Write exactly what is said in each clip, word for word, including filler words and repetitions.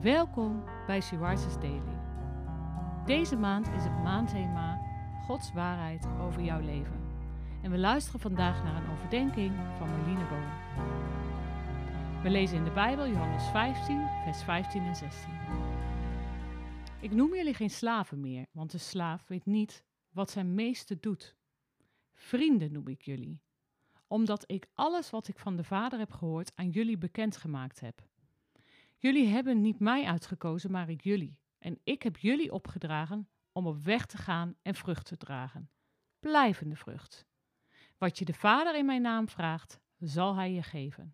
Welkom bij She Rises Daily. Deze maand is het maandthema Gods waarheid over jouw leven. En we luisteren vandaag naar een overdenking van Marlene Boom. We lezen in de Bijbel Johannes vijftien, vers vijftien en zestien. Ik noem jullie geen slaven meer, want de slaaf weet niet wat zijn meester doet. Vrienden noem ik jullie, omdat ik alles wat ik van de Vader heb gehoord aan jullie bekendgemaakt heb. Jullie hebben niet mij uitgekozen, maar ik jullie. En ik heb jullie opgedragen om op weg te gaan en vrucht te dragen. Blijvende vrucht. Wat je de Vader in mijn naam vraagt, zal hij je geven.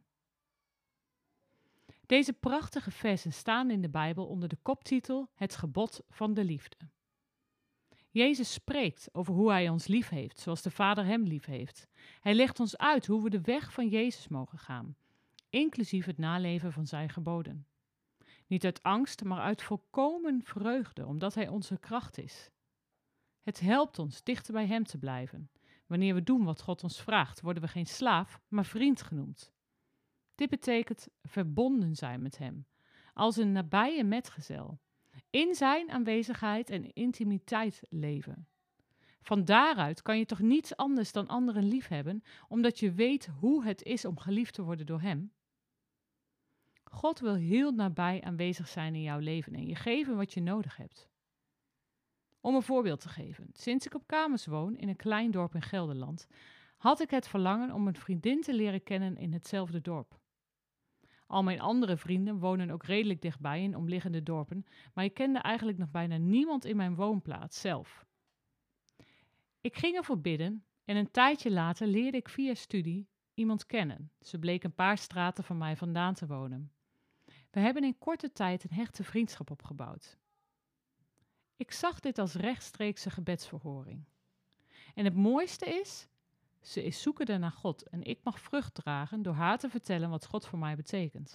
Deze prachtige versen staan in de Bijbel onder de koptitel Het gebod van de liefde. Jezus spreekt over hoe hij ons lief heeft, zoals de Vader hem lief heeft. Hij legt ons uit hoe we de weg van Jezus mogen gaan, inclusief het naleven van zijn geboden. Niet uit angst, maar uit volkomen vreugde, omdat hij onze kracht is. Het helpt ons dichter bij hem te blijven. Wanneer we doen wat God ons vraagt, worden we geen slaaf, maar vriend genoemd. Dit betekent verbonden zijn met hem, als een nabije metgezel. In zijn aanwezigheid en intimiteit leven. Van daaruit kan je toch niets anders dan anderen liefhebben, omdat je weet hoe het is om geliefd te worden door hem? God wil heel nabij aanwezig zijn in jouw leven en je geven wat je nodig hebt. Om een voorbeeld te geven, sinds ik op kamers woon in een klein dorp in Gelderland, had ik het verlangen om een vriendin te leren kennen in hetzelfde dorp. Al mijn andere vrienden wonen ook redelijk dichtbij in omliggende dorpen, maar ik kende eigenlijk nog bijna niemand in mijn woonplaats zelf. Ik ging ervoor bidden en een tijdje later leerde ik via studie iemand kennen. Ze bleek een paar straten van mij vandaan te wonen. We hebben in korte tijd een hechte vriendschap opgebouwd. Ik zag dit als rechtstreekse gebedsverhoring. En het mooiste is, ze is zoekende naar God en ik mag vrucht dragen door haar te vertellen wat God voor mij betekent.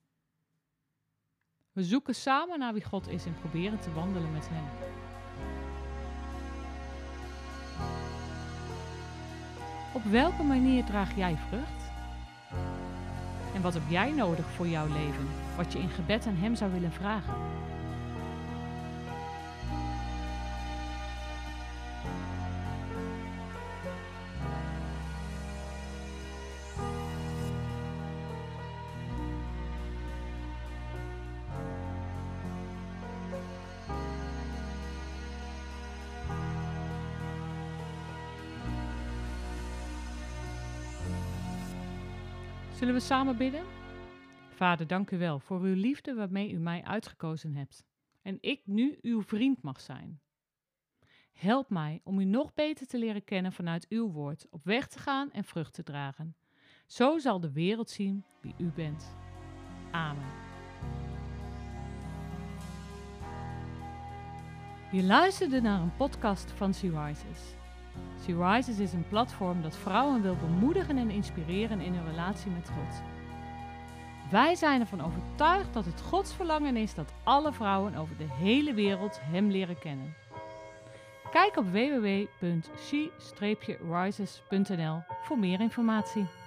We zoeken samen naar wie God is en proberen te wandelen met hem. Op welke manier draag jij vrucht? En wat heb jij nodig voor jouw leven, wat je in gebed aan hem zou willen vragen? Zullen we samen bidden? Vader, dank u wel voor uw liefde waarmee u mij uitgekozen hebt. En ik nu uw vriend mag zijn. Help mij om u nog beter te leren kennen vanuit uw woord, op weg te gaan en vrucht te dragen. Zo zal de wereld zien wie u bent. Amen. Je luisterde naar een podcast van She Rises. She Rises is een platform dat vrouwen wil bemoedigen en inspireren in hun relatie met God. Wij zijn ervan overtuigd dat het Gods verlangen is dat alle vrouwen over de hele wereld hem leren kennen. Kijk op w w w punt she rises punt n l voor meer informatie.